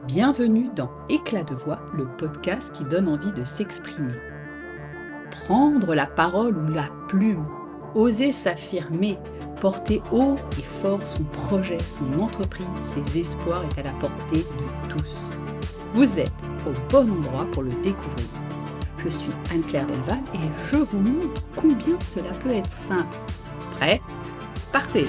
Bienvenue dans Éclat de voix, le podcast qui donne envie de s'exprimer. Prendre la parole ou la plume, oser s'affirmer, porter haut et fort son projet, son entreprise, ses espoirs est à la portée de tous. Vous êtes au bon endroit pour le découvrir. Je suis Anne-Claire Delval et je vous montre combien cela peut être simple. Prêt? Partez!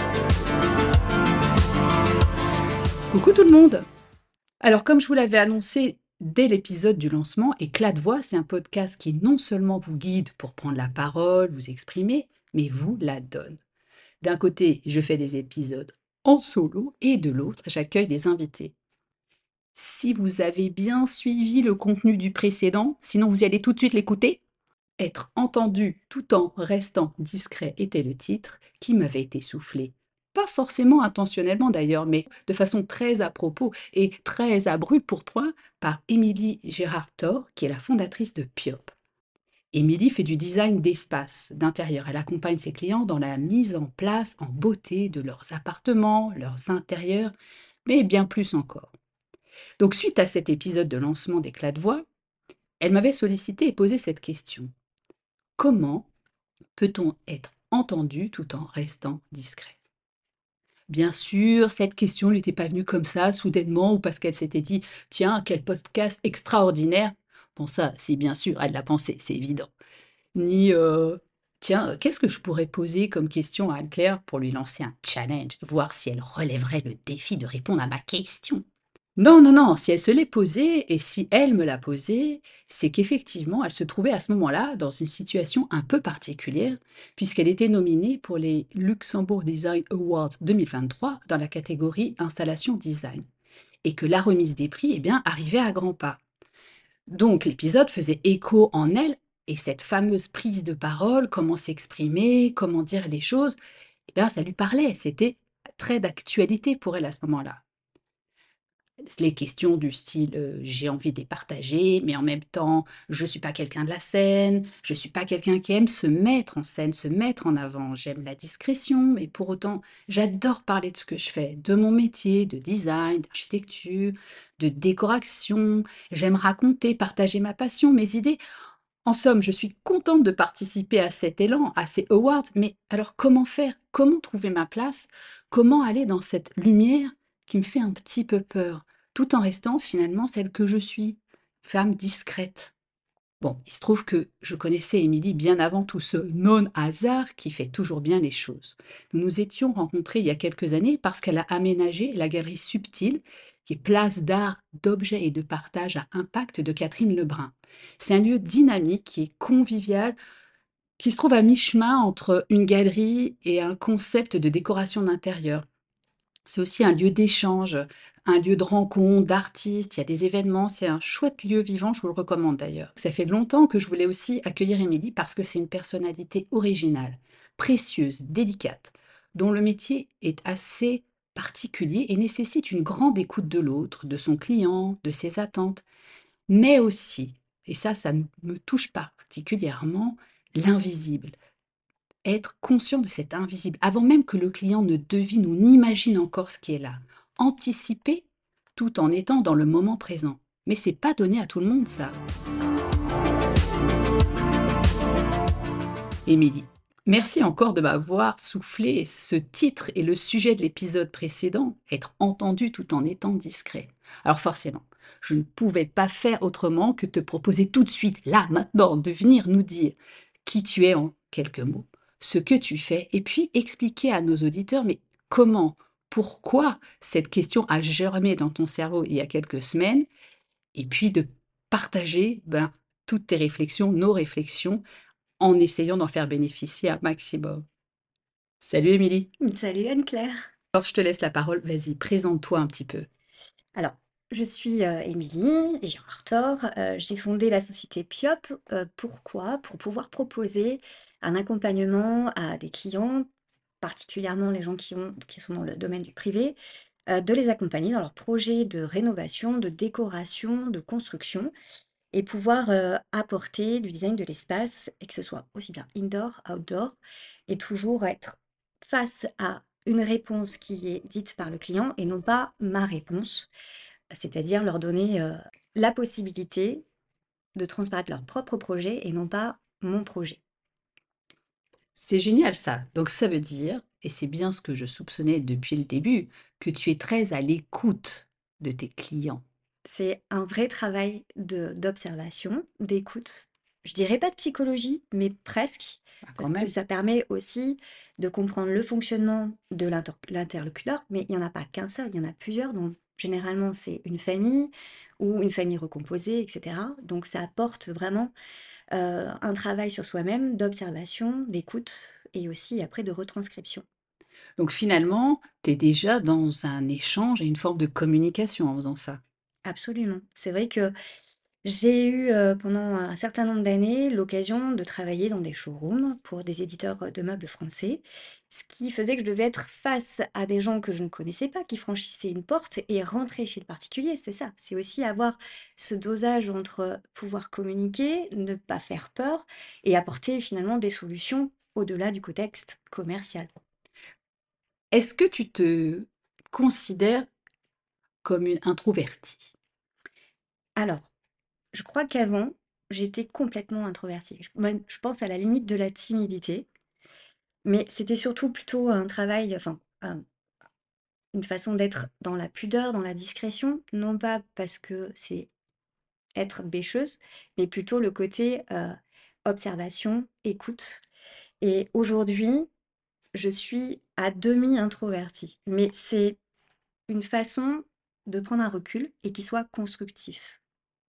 Coucou tout le monde! Alors, comme je vous l'avais annoncé dès l'épisode du lancement, Éclat de voix, c'est un podcast qui non seulement vous guide pour prendre la parole, vous exprimer, mais vous la donne. D'un côté, je fais des épisodes en solo et de l'autre, j'accueille des invités. Si vous avez bien suivi le contenu du précédent, sinon vous y allez tout de suite l'écouter, être entendu tout en restant discret était le titre qui m'avait été soufflé. Pas forcément intentionnellement d'ailleurs, mais de façon très à propos et très à brûle pour point par Émilie Gérard-Thor, qui est la fondatrice de Piop. Émilie fait du design d'espace, d'intérieur. Elle accompagne ses clients dans la mise en place en beauté de leurs appartements, leurs intérieurs, mais bien plus encore. Donc suite à cet épisode de lancement d'Éclat de voix, elle m'avait sollicité et posé cette question. Comment peut-on être entendu tout en restant discret? Bien sûr, cette question ne lui était pas venue comme ça, soudainement, ou parce qu'elle s'était dit tiens, quel podcast extraordinaire. Bon, ça, si bien sûr, elle l'a pensé, c'est évident. Ni tiens, qu'est-ce que je pourrais poser comme question à Anne-Claire pour lui lancer un challenge, voir si elle relèverait le défi de répondre à ma question. Non, non, non, si elle se l'est posée et si elle me l'a posée, c'est qu'effectivement, elle se trouvait à ce moment-là dans une situation un peu particulière, puisqu'elle était nominée pour les Luxembourg Design Awards 2023 dans la catégorie Installation Design, et que la remise des prix, arrivait à grands pas. Donc l'épisode faisait écho en elle, et cette fameuse prise de parole, comment s'exprimer, comment dire les choses, ça lui parlait, c'était très d'actualité pour elle à ce moment-là. Les questions du style j'ai envie de les partager, mais en même temps, je ne suis pas quelqu'un de la scène, je ne suis pas quelqu'un qui aime se mettre en scène, se mettre en avant. J'aime la discrétion, mais pour autant, j'adore parler de ce que je fais, de mon métier, de design, d'architecture, de décoration. J'aime raconter, partager ma passion, mes idées. En somme, je suis contente de participer à cet élan, à ces awards, mais alors comment faire? Comment trouver ma place? Comment aller dans cette lumière qui me fait un petit peu peur, tout en restant finalement celle que je suis, femme discrète? Bon, il se trouve que je connaissais Émilie bien avant tout ce non-hasard qui fait toujours bien les choses. Nous nous étions rencontrés il y a quelques années parce qu'elle a aménagé la galerie Subtile, qui est place d'art, d'objets et de partage à impact de Catherine Lebrun. C'est un lieu dynamique qui est convivial, qui se trouve à mi-chemin entre une galerie et un concept de décoration d'intérieur. C'est aussi un lieu d'échange, un lieu de rencontre, d'artistes, il y a des événements, c'est un chouette lieu vivant, je vous le recommande d'ailleurs. Ça fait longtemps que je voulais aussi accueillir Émilie parce que c'est une personnalité originale, précieuse, délicate, dont le métier est assez particulier et nécessite une grande écoute de l'autre, de son client, de ses attentes, mais aussi, et ça me touche particulièrement, l'invisible. Être conscient de cet invisible, avant même que le client ne devine ou n'imagine encore ce qui est là. Anticiper tout en étant dans le moment présent. Mais c'est pas donné à tout le monde, ça. Émilie, merci encore de m'avoir soufflé ce titre et le sujet de l'épisode précédent, être entendu tout en étant discret. Alors forcément, je ne pouvais pas faire autrement que te proposer tout de suite, là, maintenant, de venir nous dire qui tu es en quelques mots, ce que tu fais, et puis expliquer à nos auditeurs, mais comment, pourquoi cette question a germé dans ton cerveau il y a quelques semaines, et puis de partager toutes tes réflexions, nos réflexions, en essayant d'en faire bénéficier un maximum. Salut Émilie. Salut Anne-Claire. Alors je te laisse la parole, vas-y, présente-toi un petit peu. Alors, je suis Émilie Girard-Thor. J'ai fondé la société Piop. Pourquoi? Pour pouvoir proposer un accompagnement à des clients, particulièrement les gens qui sont dans le domaine du privé, de les accompagner dans leurs projets de rénovation, de décoration, de construction, et pouvoir apporter du design de l'espace, et que ce soit aussi bien indoor, outdoor, et toujours être face à une réponse qui est dite par le client et non pas ma réponse. c'est-à-dire leur donner, la possibilité de transparaître leur propre projet et non pas mon projet. C'est génial ça. Donc ça veut dire, et c'est bien ce que je soupçonnais depuis le début, que tu es très à l'écoute de tes clients. C'est un vrai travail d'observation, d'écoute. Je dirais pas de psychologie, mais presque, Bah, parce quand que même. ça permet aussi de comprendre le fonctionnement de l'interlocuteur, mais il y en a pas qu'un seul, il y en a plusieurs, donc généralement c'est une famille ou une famille recomposée et cetera. Donc ça apporte vraiment, un travail sur soi-même d'observation, d'écoute et aussi après de retranscription. Donc finalement, tu es déjà dans un échange et une forme de communication en faisant ça. Absolument. C'est vrai que j'ai eu, pendant un certain nombre d'années, l'occasion de travailler dans des showrooms pour des éditeurs, de meubles français. Ce qui faisait que je devais être face à des gens que je ne connaissais pas, qui franchissaient une porte et rentrer chez le particulier, c'est ça. C'est aussi avoir ce dosage entre, pouvoir communiquer, ne pas faire peur et apporter finalement des solutions au-delà du contexte commercial. Est-ce que tu te considères comme une introvertie? Alors, je crois qu'avant, j'étais complètement introvertie. Je pense à la limite de la timidité. Mais c'était surtout plutôt un travail, enfin, une façon d'être dans la pudeur, dans la discrétion, non pas parce que c'est être bêcheuse, mais plutôt le côté, observation, écoute et aujourd'hui, je suis à demi introvertie, mais c'est une façon de prendre un recul et qui soit constructif.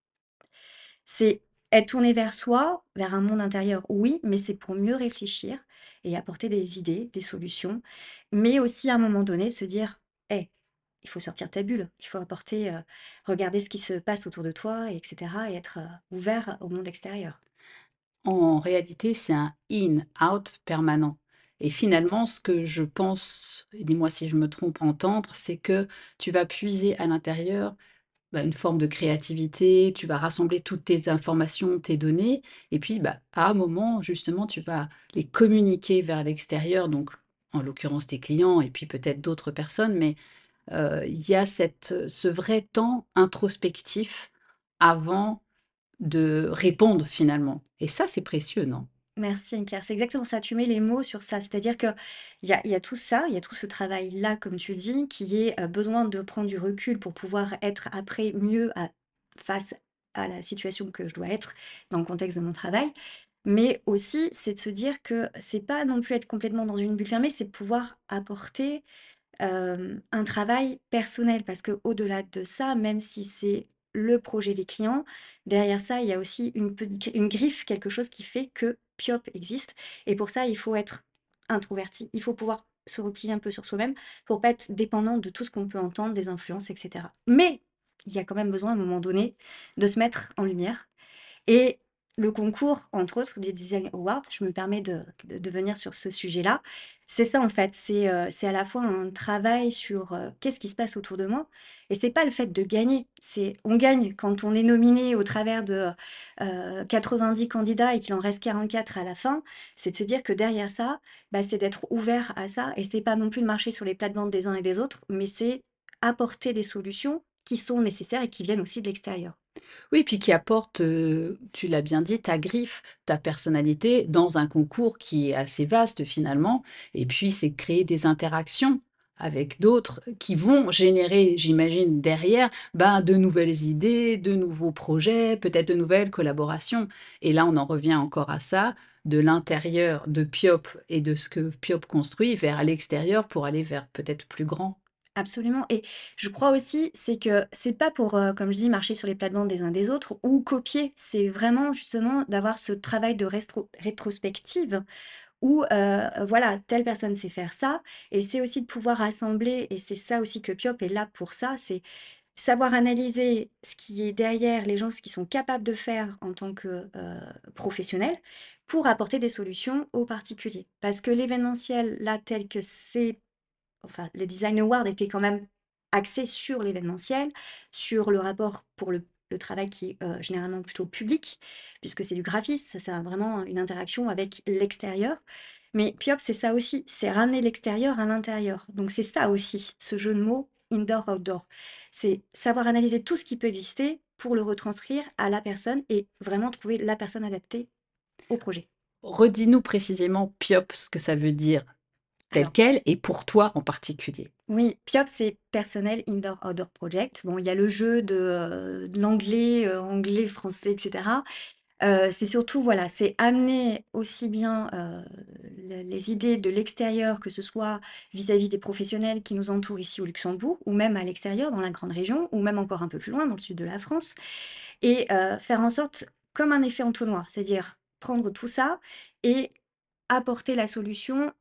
C'est être tourné vers soi, vers un monde intérieur, oui, mais c'est pour mieux réfléchir et apporter des idées, des solutions, mais aussi à un moment donné se dire: «Hey, il faut sortir de ta bulle, il faut apporter, regarder ce qui se passe autour de toi et cetera et être, ouvert au monde extérieur». En réalité, c'est un in-out permanent. Et finalement, ce que je pense, et dis-moi si je me trompe, entendre, c'est que tu vas puiser à l'intérieur une forme de créativité, tu vas rassembler toutes tes informations, tes données, et puis à un moment, justement, tu vas les communiquer vers l'extérieur, donc en l'occurrence tes clients, et puis peut-être d'autres personnes, mais il y a ce vrai temps introspectif avant de répondre finalement. Et ça, c'est précieux, non? Merci Anne-Claire, c'est exactement ça, tu mets les mots sur ça. C'est-à-dire qu'il y a tout ça, il y a tout ce travail-là, comme tu dis, qui est, besoin de prendre du recul pour pouvoir être après mieux face à la situation que je dois être dans le contexte de mon travail. Mais aussi, c'est de se dire que c'est pas non plus être complètement dans une bulle fermée, c'est pouvoir apporter un travail personnel parce que au delà de ça, même si c'est le projet des clients, derrière ça, il y a aussi une griffe, quelque chose qui fait que Piop existe et pour ça, il faut être introverti. Il faut pouvoir se replier un peu sur soi-même pour pas être dépendant de tout ce qu'on peut entendre, des influences et cetera. Mais il y a quand même besoin à un moment donné de se mettre en lumière et le concours, entre autres, des Design Awards, je me permets de venir sur ce sujet-là. C'est ça en fait, c'est à la fois un travail sur, qu'est-ce qui se passe autour de moi et c'est pas le fait de gagner, c'est on gagne quand on est nominé au travers de, 90 candidats et qu'il en reste 44 à la fin. C'est de se dire que derrière ça, bah, c'est d'être ouvert à ça et c'est pas non plus de marcher sur les plates-bandes des uns et des autres, mais c'est apporter des solutions qui sont nécessaires et qui viennent aussi de l'extérieur. Oui, puis qui apporte, tu l'as bien dit, ta griffe, ta personnalité dans un concours qui est assez vaste finalement. Et puis, c'est créer des interactions avec d'autres qui vont générer, j'imagine, derrière, de nouvelles idées, de nouveaux projets, peut-être de nouvelles collaborations. Et là, on en revient encore à ça, de l'intérieur de Piop et de ce que Piop construit vers l'extérieur pour aller vers peut-être plus grand. Absolument et je crois aussi, c'est que c'est pas pour, comme je dis, marcher sur les plates-bandes des uns des autres ou copier. C'est vraiment justement d'avoir ce travail de rétrospective où, voilà, telle personne sait faire ça et c'est aussi de pouvoir rassembler et c'est ça aussi que Piop est là pour ça, c'est savoir analyser ce qui est derrière les gens, ce qu'ils sont capables de faire en tant que, professionnels pour apporter des solutions aux particuliers. Parce que l'événementiel, là, tel que c'est enfin, les Design Awards étaient quand même axés sur l'événementiel, sur le rapport pour le travail qui est, généralement plutôt public, puisque c'est du graphisme, ça c'est vraiment une interaction avec l'extérieur. Mais Piop, c'est ça aussi, c'est ramener l'extérieur à l'intérieur. Donc c'est ça aussi, ce jeu de mots indoor-outdoor. C'est savoir analyser tout ce qui peut exister pour le retranscrire à la personne et vraiment trouver la personne adaptée au projet. Redis-nous précisément PIOP, ce que ça veut dire tel Alors quel et pour toi en particulier. oui, PIOP, c'est Personnel Indoor Outdoor Project. Bon, il y a le jeu de l'anglais, anglais, français, et cetera. C'est surtout, voilà, c'est amener aussi bien, les idées de l'extérieur, que ce soit vis-à-vis des professionnels qui nous entourent ici au Luxembourg ou même à l'extérieur dans la grande région ou même encore un peu plus loin dans le sud de la France et faire en sorte comme un effet entonnoir, c'est-à-dire prendre tout ça et apporter la solution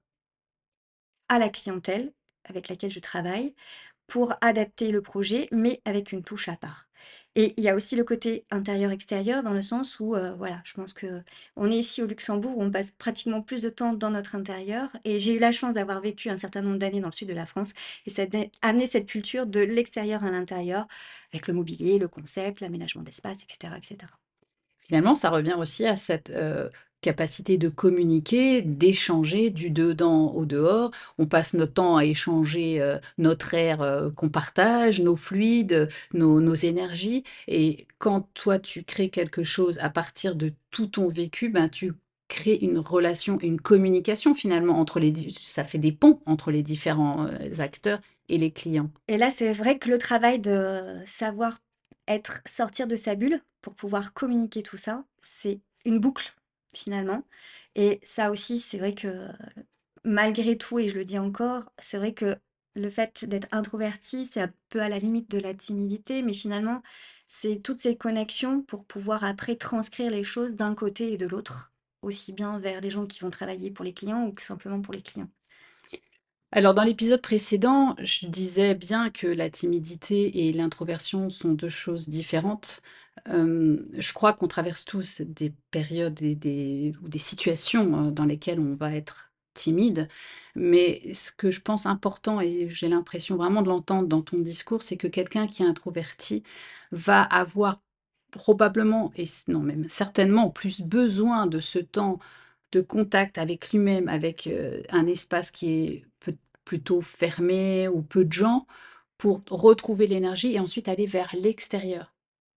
à la clientèle avec laquelle je travaille pour adapter le projet, mais avec une touche à part. Et il y a aussi le côté intérieur-extérieur dans le sens où, voilà, je pense que on est ici au Luxembourg où on passe pratiquement plus de temps dans notre intérieur et j'ai eu la chance d'avoir vécu un certain nombre d'années dans le sud de la France et ça a amené cette culture de l'extérieur à l'intérieur avec le mobilier, le concept, l'aménagement d'espace et cetera et cetera. Finalement, ça revient aussi à cette, capacité de communiquer, d'échanger du dedans au dehors. On passe notre temps à échanger, notre air, qu'on partage, nos fluides, nos énergies et quand toi tu crées quelque chose à partir de tout ton vécu, ben, tu crées une relation, une communication finalement entre les di ça fait des ponts entre les différents, acteurs et les clients. Et là, c'est vrai que le travail de savoir sortir de sa bulle pour pouvoir communiquer tout ça, c'est une boucle finalement. Et ça aussi, c'est vrai que malgré tout, et je le dis encore, c'est vrai que le fait d'être introverti, c'est un peu à la limite de la timidité, mais finalement, c'est toutes ces connexions pour pouvoir après transcrire les choses d'un côté et de l'autre, aussi bien vers les gens qui vont travailler pour les clients ou que simplement pour les clients. Alors dans l'épisode précédent, je disais bien que la timidité et l'introversion sont 2 choses différentes. Je crois qu'on traverse tous des périodes et des ou des situations, dans lesquelles on va être timide. Mais ce que je pense important et j'ai l'impression vraiment de l'entendre dans ton discours, c'est que quelqu'un qui est introverti va avoir probablement et non même certainement plus besoin de ce temps de contact avec lui-même, avec, un espace qui est plutôt fermé ou peu de gens, pour retrouver l'énergie et ensuite aller vers l'extérieur.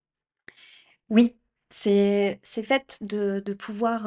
Oui, c'est fait de pouvoir,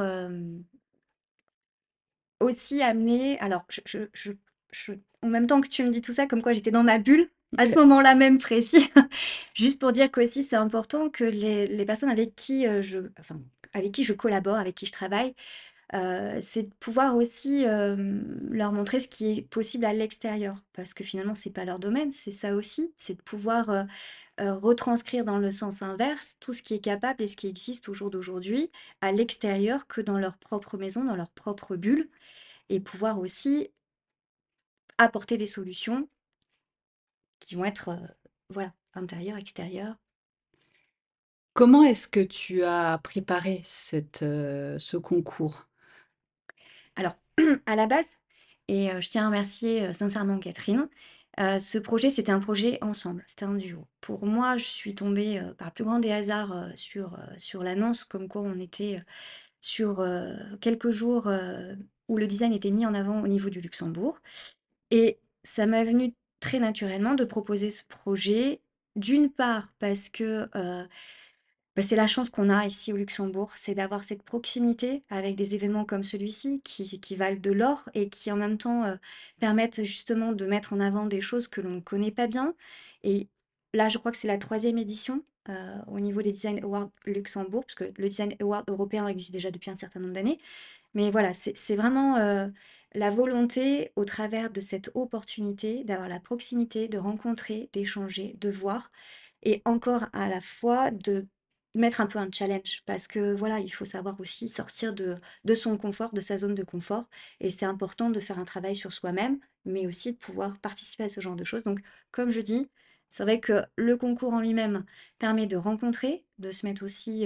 aussi amener alors je en même temps que tu me dis tout ça, comme quoi j'étais dans ma bulle, à ce moment-là même précis, juste pour dire qu'aussi c'est important que les personnes avec qui, avec qui je collabore, avec qui je travaille, c'est de pouvoir aussi, leur montrer ce qui est possible à l'extérieur. Parce que finalement, c'est pas leur domaine, c'est ça aussi, c'est de pouvoir, retranscrire dans le sens inverse tout ce qui est capable et ce qui existe au jour d'aujourd'hui, à l'extérieur que dans leur propre maison, dans leur propre bulle et pouvoir aussi apporter des solutions qui vont être, voilà, intérieures, extérieures. Comment est-ce que tu as préparé ce concours? Alors, à la base et je tiens à remercier, sincèrement Catherine, ce projet, c'était un projet ensemble, c'était un duo. Pour moi, je suis tombée, par le plus grand des hasards, sur l'annonce comme quoi on était, sur, quelques jours, où le design était mis en avant au niveau du Luxembourg et ça m'est venu très naturellement de proposer ce projet. D'une part parce que, bah, c'est la chance qu'on a ici au Luxembourg, c'est d'avoir cette proximité avec des événements comme celui-ci qui valent de l'or et qui en même temps, permettent justement de mettre en avant des choses que l'on ne connaît pas bien et là, je crois que c'est la troisième édition, au niveau des Design Awards Luxembourg, parce que le Design Award européen existe déjà depuis un certain nombre d'années. Mais voilà, c'est vraiment, la volonté au travers de cette opportunité d'avoir la proximité, de rencontrer, d'échanger, de voir et encore à la fois de mettre un peu un challenge parce que voilà, il faut savoir aussi sortir de son confort, de sa zone de confort et c'est important de faire un travail sur soi-même, mais aussi de pouvoir participer à ce genre de choses. Donc comme je dis, c'est vrai que le concours en lui-même permet de rencontrer, de se mettre aussi,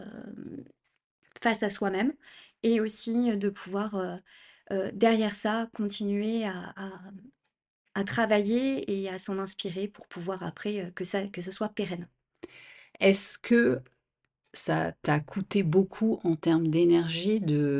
face à soi-même et aussi, de pouvoir, derrière ça, continuer à travailler et à s'en inspirer pour pouvoir après, que ce soit pérenne. Est-ce que ça t'a coûté beaucoup en termes d'énergie de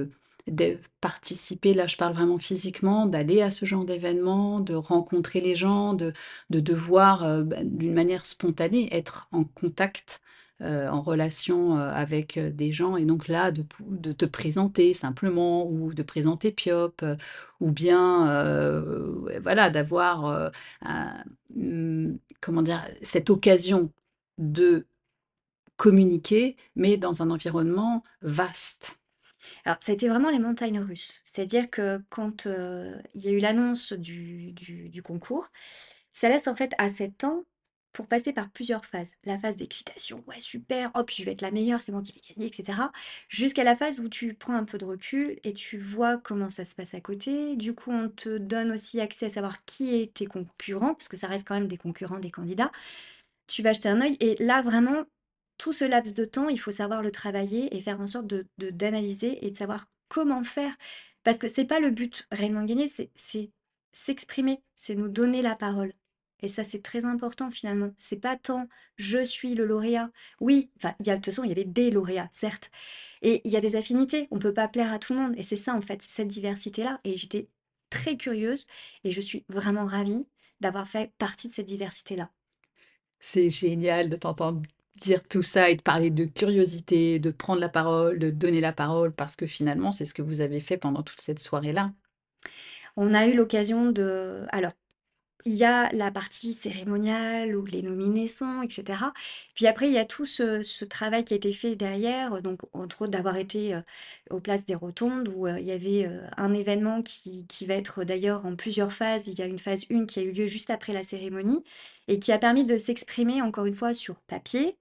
de participer, là je parle vraiment physiquement, d'aller à ce genre d'événement, de rencontrer les gens, de devoir, d'une manière spontanée, être en contact, en relation, avec, des gens et donc là de te présenter simplement ou de présenter Piop, ou bien, ouais, voilà d'avoir, un comment dire? Cette occasion de communiquer, mais dans un environnement vaste. Alors, ça a été vraiment les montagnes russes. C'est-à-dire que quand, il y a eu l'annonce du concours, ça laisse en fait assez de temps pour passer par plusieurs phases. La phase d'excitation: «Ouais, super, hop, je vais être la meilleure, c'est moi qui vais gagner» et cetera. Jusqu'à la phase où tu prends un peu de recul et tu vois comment ça se passe à côté. Du coup, on te donne aussi accès à savoir qui est tes concurrents, parce que ça reste quand même des concurrents, des candidats. Tu vas jeter un œil et là, vraiment, tout ce laps de temps, il faut savoir le travailler et faire en sorte d'analyser et de savoir comment faire. Parce que c'est pas le but réellement gagner, c'est s'exprimer, c'est nous donner la parole. Et ça, c'est très important finalement. C'est pas tant je suis le lauréat. Oui, enfin, il y a, de toute façon, il y avait des lauréats, certes. Et il y a des affinités. On peut pas plaire à tout le monde. Et c'est ça, en fait, cette diversité-là. Et j'étais très curieuse et je suis vraiment ravie d'avoir fait partie de cette diversité-là. C'est génial de t'entendre dire tout ça et de parler de curiosité, de prendre la parole, de donner la parole, parce que finalement, c'est ce que vous avez fait pendant toute cette soirée-là. On a eu l'occasion de alors, il y a la partie cérémoniale où les nominations et cetera. Puis après, il y a tout ce travail qui a été fait derrière, donc entre autres d'avoir été, aux places des rotondes où, il y avait, un événement qui va être d'ailleurs en plusieurs phases. Il y a une phase 1 qui a eu lieu juste après la cérémonie et qui a permis de s'exprimer encore une fois sur papier,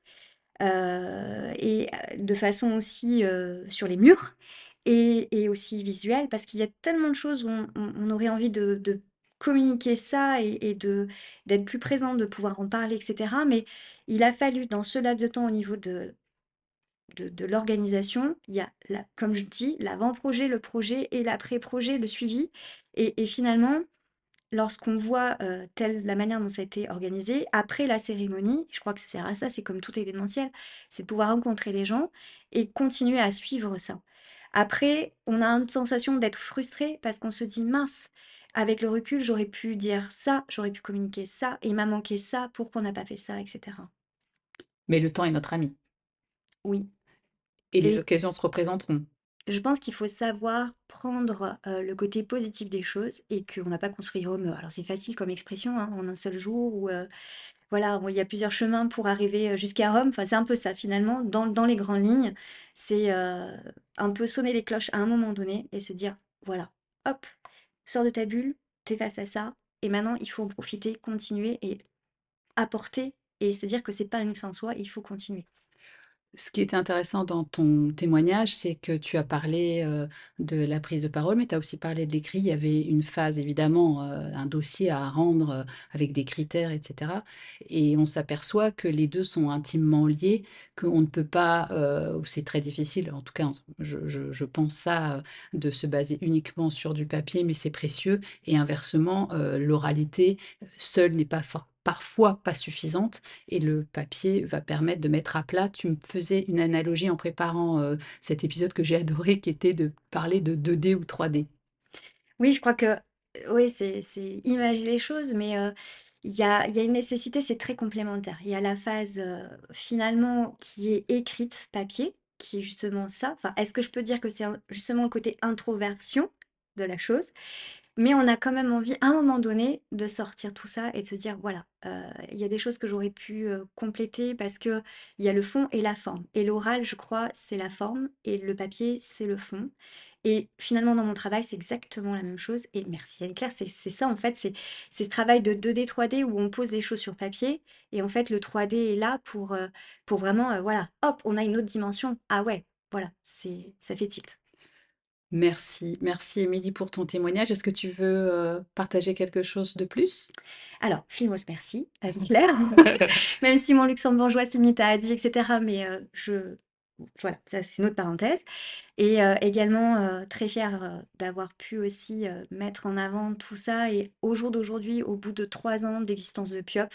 et de façon aussi, sur les murs et aussi visuelle parce qu'il y a tellement de choses où on aurait envie de communiquer ça et d'être plus présent, de pouvoir en parler et cetera. Mais il a fallu dans ce laps de temps au niveau de l'organisation, il y a la comme je dis, l'avant-projet, le projet et l'après-projet, le suivi et finalement lorsqu'on voit, telle la manière dont ça a été organisé, après la cérémonie, je crois que ça sert à ça, c'est comme tout événementiel, c'est de pouvoir rencontrer les gens et continuer à suivre ça. Après, on a une sensation d'être frustré parce qu'on se dit: «Mince, avec le recul, j'aurais pu dire ça, j'aurais pu communiquer ça, il m'a manqué ça, pourquoi on n'a pas fait ça?» et cetera. Mais le temps est notre ami Oui et les et occasions se représenteront. je pense qu'il faut savoir prendre, le côté positif des choses et qu'on n'a pas construit Rome, alors c'est facile comme expression, hein, en un seul jour ou voilà, bon, il y a plusieurs chemins pour arriver, jusqu'à Rome. Enfin, c'est un peu ça finalement, dans les grandes lignes. C'est, un peu sonner les cloches à un moment donné et se dire: «Voilà, hop, sors de ta bulle, tu es face à ça et maintenant il faut en profiter, continuer et apporter et se dire que c'est pas une fin en soi, il faut continuer». Ce qui était intéressant dans ton témoignage, c'est que tu as parlé, de la prise de parole, mais tu as aussi parlé de l'écrit. Il y avait une phase évidemment, un dossier à rendre, avec des critères et cetera et on s'aperçoit que les 2 sont intimement liés, qu'on ne peut pas, ou c'est très difficile, en tout cas, je pense ça, de se baser uniquement sur du papier, mais c'est précieux et inversement, l'oralité, seule n'est pas parfois pas suffisante et le papier va permettre de mettre à plat. Tu me faisais une analogie en préparant, cet épisode que j'ai adoré, qui était de parler de 2D ou 3D. Oui, je crois que oui, c'est imaginer les choses, mais il y a une nécessité, c'est très complémentaire. Il y a la phase, finalement qui est écrite, papier, qui est justement ça. Enfin, est-ce que je peux dire que c'est justement le côté introversion de la chose? Mais on a quand même envie, à un moment donné, de sortir tout ça et de se dire: «Voilà, il y a des choses que j'aurais pu, compléter parce que il y a le fond et la forme» et l'oral, je crois, c'est la forme et le papier, c'est le fond et finalement, dans mon travail, c'est exactement la même chose et merci Anne-Claire, c'est ça, en fait, c'est ce travail de 2D, 3D où on pose des choses sur papier et en fait, le 3D est là pour vraiment, voilà, hop, on a une autre dimension. Ah ouais, voilà, c'est ça fait tilt. Merci, merci Émilie pour ton témoignage. Est-ce que tu veux, partager quelque chose de plus? Alors, Filmos, merci, Anne-Claire. Même si mon luxembourgeois se limite à Adi et cetera, mais je voilà, ça c'est une autre parenthèse et également, très fière, d'avoir pu aussi, mettre en avant tout ça et au jour d'aujourd'hui, au bout de 3 ans d'existence de Piop,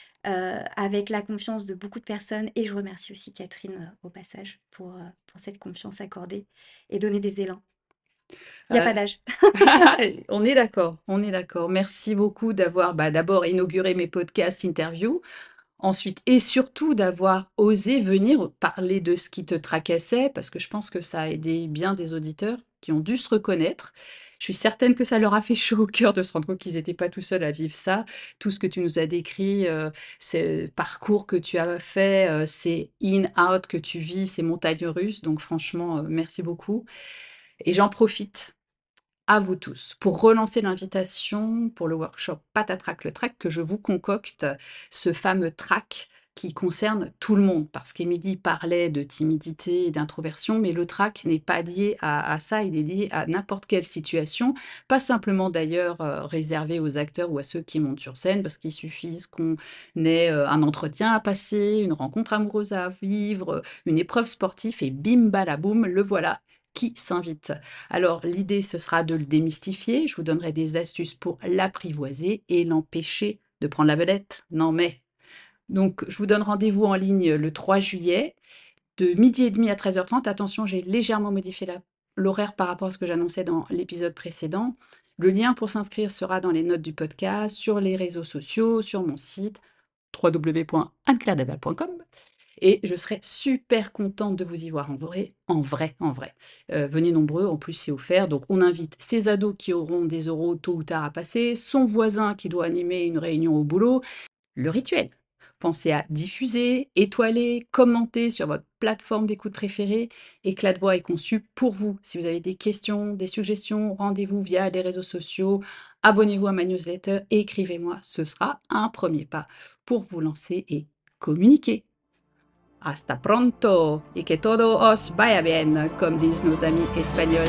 avec la confiance de beaucoup de personnes et je remercie aussi Catherine, au passage pour cette confiance accordée et donner des élans. Il n'y a pas d'âge. On est d'accord, on est d'accord. Merci beaucoup d'avoir, d'abord inauguré mes podcasts interviews, ensuite et surtout d'avoir osé venir parler de ce qui te tracassait, parce que je pense que ça a aidé bien des auditeurs qui ont dû se reconnaître. Je suis certaine que ça leur a fait chaud au cœur de se rendre compte qu'ils n'étaient pas tout seuls à vivre ça. Tout ce que tu nous as décrit, ces parcours que tu as fait, ces in-out que tu vis, ces montagnes russes. Donc franchement, merci beaucoup. Et j'en profite à vous tous pour relancer l'invitation pour le workshop Patatrac le track que je vous concocte, ce fameux track qui concerne tout le monde. Parce qu'Émilie parlait de timidité et d'introversion, mais le track n'est pas lié à ça, il est lié à n'importe quelle situation, pas simplement d'ailleurs réservé aux acteurs ou à ceux qui montent sur scène, parce qu'il suffit qu'on ait un entretien à passer, une rencontre amoureuse à vivre, une épreuve sportive, et bim balaboum, le voilà qui s'invite. Alors, l'idée, ce sera de le démystifier. Je vous donnerai des astuces pour l'apprivoiser et l'empêcher de prendre la vedette. Non, mais. Donc, je vous donne rendez-vous en ligne le 3 juillet, de midi et demi à 13h30. Attention, j'ai légèrement modifié l'horaire par rapport à ce que j'annonçais dans l'épisode précédent. Le lien pour s'inscrire sera dans les notes du podcast, sur les réseaux sociaux, sur mon site www.anneclairdeval.com. Et je serais super contente de vous y voir en vrai. Venez nombreux, en plus c'est offert. Donc on invite ses ados qui auront des oraux tôt ou tard à passer, son voisin qui doit animer une réunion au boulot, le rituel. Pensez à diffuser, étoiler, commenter sur votre plateforme d'écoute préférée. Éclat de voix est conçu pour vous. Si vous avez des questions, des suggestions, rendez-vous via les réseaux sociaux, abonnez-vous à ma newsletter, écrivez-moi. Ce sera un premier pas pour vous lancer et communiquer. Hasta pronto y que todo os vaya bien, comme disent nos amis espagnols.